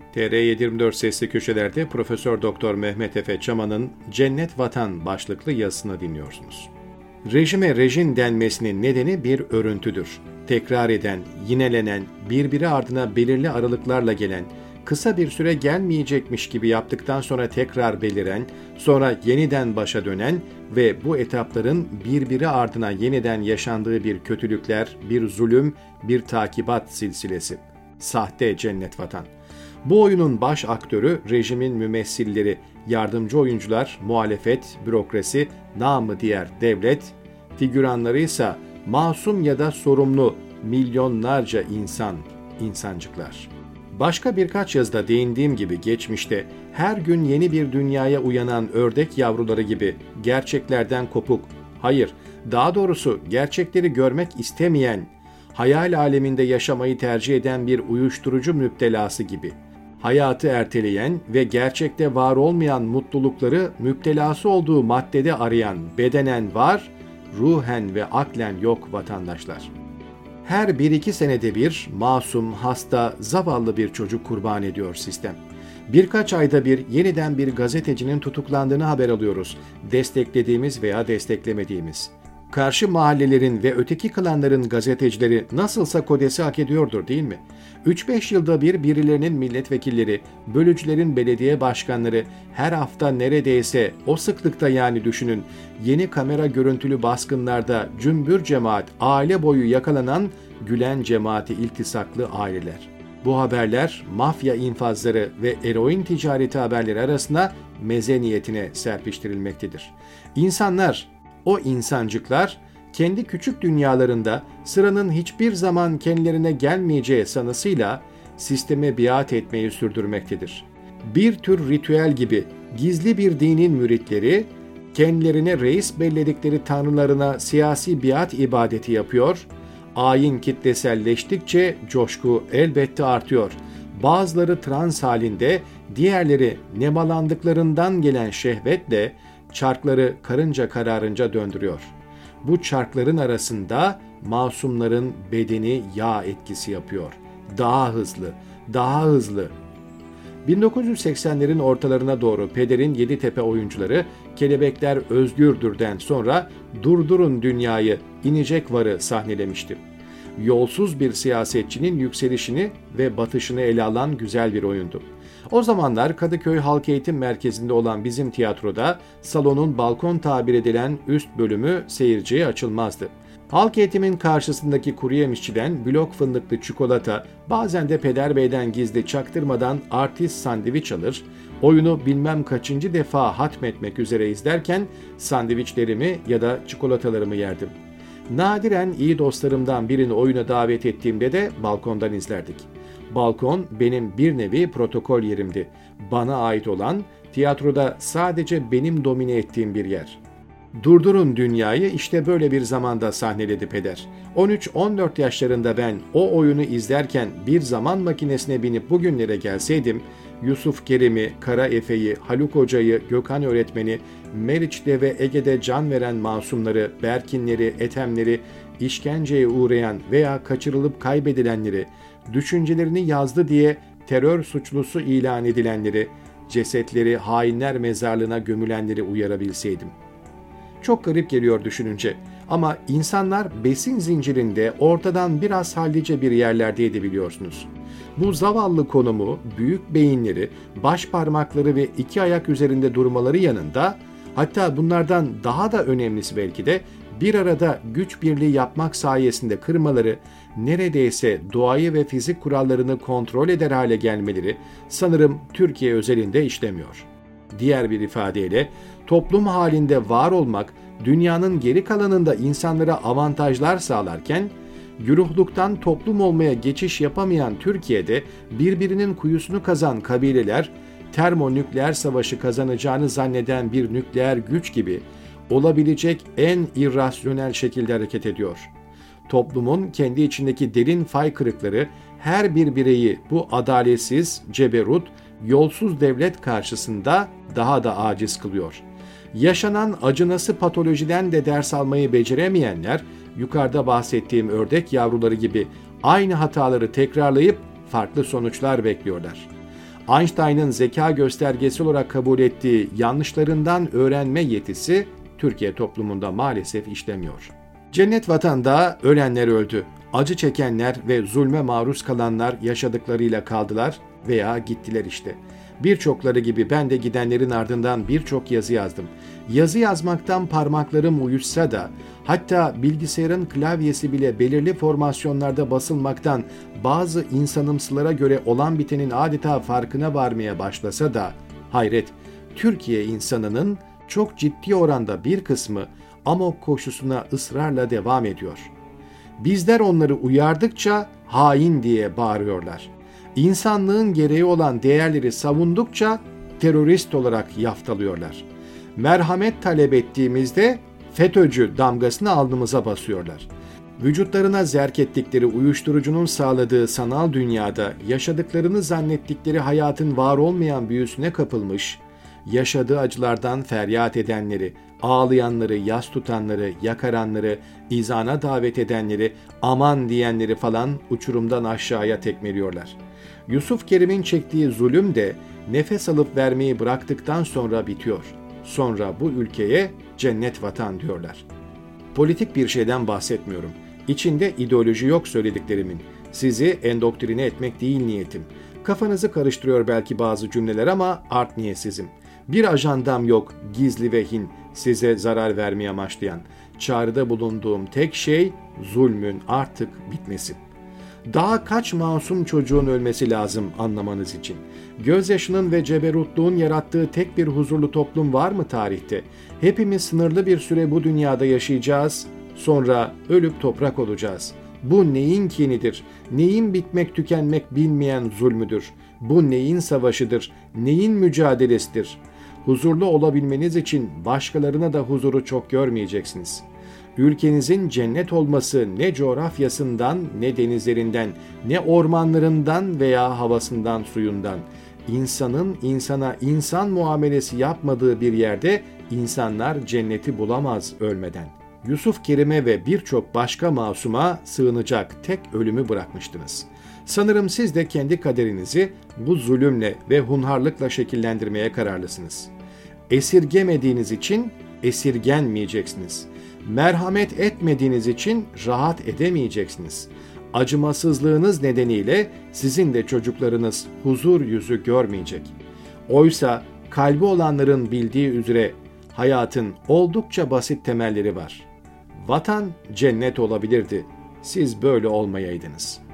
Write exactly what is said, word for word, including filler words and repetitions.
T R yedi yirmi dört Sesli Köşeler'de Profesör Doktor Mehmet Efe Çaman'ın Cennet Vatan başlıklı yazısını dinliyorsunuz. Rejime rejim denmesinin nedeni bir örüntüdür. Tekrar eden, yinelenen, birbiri ardına belirli aralıklarla gelen, kısa bir süre gelmeyecekmiş gibi yaptıktan sonra tekrar beliren, sonra yeniden başa dönen ve bu etapların birbiri ardına yeniden yaşandığı bir kötülükler, bir zulüm, bir takibat silsilesi. Sahte Cennet Vatan. Bu oyunun baş aktörü rejimin mümessilleri, yardımcı oyuncular, muhalefet, bürokrasi, namı diğer devlet, figüranları ise masum ya da sorumlu milyonlarca insan, insancıklar. Başka birkaç yazıda değindiğim gibi geçmişte her gün yeni bir dünyaya uyanan ördek yavruları gibi gerçeklerden kopuk, hayır, daha doğrusu gerçekleri görmek istemeyen, hayal aleminde yaşamayı tercih eden bir uyuşturucu müptelası gibi, hayatı erteleyen ve gerçekte var olmayan mutlulukları müptelası olduğu maddede arayan bedenen var, ruhen ve aklen yok vatandaşlar. Her bir iki senede bir masum, hasta, zavallı bir çocuk kurban ediyor sistem. Birkaç ayda bir yeniden bir gazetecinin tutuklandığını haber alıyoruz. Desteklediğimiz veya desteklemediğimiz. Karşı mahallelerin ve öteki klanların gazetecileri nasılsa kodesi hak ediyordur değil mi? üç beş yılda bir birilerinin milletvekilleri, bölücülerin belediye başkanları her hafta neredeyse o sıklıkta yani düşünün yeni kamera görüntülü baskınlarda cümbür cemaat aile boyu yakalanan Gülen cemaati iltisaklı aileler. Bu haberler mafya infazları ve eroin ticareti haberleri arasında meze niyetine serpiştirilmektedir. İnsanlar, o insancıklar kendi küçük dünyalarında sıranın hiçbir zaman kendilerine gelmeyeceği sanısıyla sisteme biat etmeyi sürdürmektedir. Bir tür ritüel gibi gizli bir dinin müritleri kendilerine reis belledikleri tanrılarına siyasi biat ibadeti yapıyor, ayin kitleselleştikçe coşku elbette artıyor. Bazıları trans halinde, diğerleri nemalandıklarından gelen şehvetle çarkları karınca kararınca döndürüyor. Bu çarkların arasında masumların bedeni yağ etkisi yapıyor. Daha hızlı, daha hızlı. bin dokuz yüz seksenlerin ortalarına doğru Peder'in Yeditepe oyuncuları Kelebekler Özgürdür'den sonra Durdurun Dünyayı, İnecek Var'ı sahnelemişti. Yolsuz bir siyasetçinin yükselişini ve batışını ele alan güzel bir oyundu. O zamanlar Kadıköy Halk Eğitim Merkezi'nde olan bizim tiyatroda salonun balkon tabir edilen üst bölümü seyirciye açılmazdı. Halk eğitimin karşısındaki kuru yemişçiden blok fındıklı çikolata, bazen de Peder Bey'den gizli çaktırmadan artist sandviç alır, oyunu bilmem kaçıncı defa hatmetmek üzere izlerken sandviçlerimi ya da çikolatalarımı yerdim. Nadiren iyi dostlarımdan birini oyuna davet ettiğimde de balkondan izlerdik. Balkon benim bir nevi protokol yerimdi. Bana ait olan, tiyatroda sadece benim domine ettiğim bir yer. Durdurun Dünyayı işte böyle bir zamanda sahneledi Peder. on üç on dört yaşlarında ben o oyunu izlerken bir zaman makinesine binip bugünlere gelseydim, Yusuf Kerim'i, Kara Efe'yi, Haluk Hoca'yı, Gökhan öğretmeni, Meriç'te ve Ege'de can veren masumları, Berkinleri, Ethemleri, işkenceye uğrayan veya kaçırılıp kaybedilenleri, düşüncelerini yazdı diye terör suçlusu ilan edilenleri, cesetleri hainler mezarlığına gömülenleri uyarabilseydim. Çok garip geliyor düşününce ama insanlar besin zincirinde ortadan biraz hallice bir yerlerdeydi biliyorsunuz. Bu zavallı konumu, büyük beyinleri, baş parmakları ve iki ayak üzerinde durmaları yanında, hatta bunlardan daha da önemlisi belki de bir arada güç birliği yapmak sayesinde kırmaları, neredeyse doğayı ve fizik kurallarını kontrol eder hale gelmeleri sanırım Türkiye özelinde işlemiyor. Diğer bir ifadeyle toplum halinde var olmak dünyanın geri kalanında insanlara avantajlar sağlarken, güruhluktan toplum olmaya geçiş yapamayan Türkiye'de birbirinin kuyusunu kazan kabileler, termonükleer savaşı kazanacağını zanneden bir nükleer güç gibi olabilecek en irrasyonel şekilde hareket ediyor. Toplumun kendi içindeki derin fay kırıkları her bir bireyi bu adaletsiz, ceberut, yolsuz devlet karşısında daha da aciz kılıyor. Yaşanan acınası patolojiden de ders almayı beceremeyenler, yukarıda bahsettiğim ördek yavruları gibi aynı hataları tekrarlayıp farklı sonuçlar bekliyorlar. Einstein'ın zeka göstergesi olarak kabul ettiği yanlışlarından öğrenme yetisi Türkiye toplumunda maalesef işlemiyor. Cennet vatanda ölenler öldü. Acı çekenler ve zulme maruz kalanlar yaşadıklarıyla kaldılar veya gittiler işte. Birçokları gibi ben de gidenlerin ardından birçok yazı yazdım. Yazı yazmaktan parmaklarım uyuşsa da, hatta bilgisayarın klavyesi bile belirli formasyonlarda basılmaktan bazı insanımsılara göre olan bitenin adeta farkına varmaya başlasa da, hayret, Türkiye insanının çok ciddi oranda bir kısmı amok koşusuna ısrarla devam ediyor. Bizler onları uyardıkça hain diye bağırıyorlar. İnsanlığın gereği olan değerleri savundukça terörist olarak yaftalıyorlar. Merhamet talep ettiğimizde FETÖ'cü damgasını alnımıza basıyorlar. Vücutlarına zerk ettikleri uyuşturucunun sağladığı sanal dünyada yaşadıklarını zannettikleri hayatın var olmayan büyüsüne kapılmış, yaşadığı acılardan feryat edenleri, ağlayanları, yas tutanları, yakaranları, izana davet edenleri, aman diyenleri falan uçurumdan aşağıya tekmeliyorlar. Yusuf Kerim'in çektiği zulüm de nefes alıp vermeyi bıraktıktan sonra bitiyor. Sonra bu ülkeye cennet vatan diyorlar. Politik bir şeyden bahsetmiyorum. İçinde ideoloji yok söylediklerimin. Sizi endoktrine etmek değil niyetim. Kafanızı karıştırıyor belki bazı cümleler ama art niyetsizim. Bir ajandam yok, gizli ve hin, size zarar vermeye amaçlayan. Çağrıda bulunduğum tek şey zulmün artık bitmesi. Daha kaç masum çocuğun ölmesi lazım anlamanız için? Gözyaşının ve ceberutluğun yarattığı tek bir huzurlu toplum var mı tarihte? Hepimiz sınırlı bir süre bu dünyada yaşayacağız, sonra ölüp toprak olacağız. Bu neyin kinidir? Neyin bitmek tükenmek bilmeyen zulmüdür? Bu neyin savaşıdır? Neyin mücadelesidir? Huzurlu olabilmeniz için başkalarına da huzuru çok görmeyeceksiniz. Ülkenizin cennet olması ne coğrafyasından, ne denizlerinden, ne ormanlarından veya havasından, suyundan, insanın insana insan muamelesi yapmadığı bir yerde insanlar cenneti bulamaz ölmeden. Yusuf Kerim'e ve birçok başka masuma sığınacak tek ölümü bırakmıştınız. Sanırım siz de kendi kaderinizi bu zulümle ve hunharlıkla şekillendirmeye kararlısınız. Esirgemediğiniz için esirgenmeyeceksiniz. Merhamet etmediğiniz için rahat edemeyeceksiniz. Acımasızlığınız nedeniyle sizin de çocuklarınız huzur yüzü görmeyecek. Oysa kalbi olanların bildiği üzere hayatın oldukça basit temelleri var. Vatan cennet olabilirdi. Siz böyle olmayaydınız.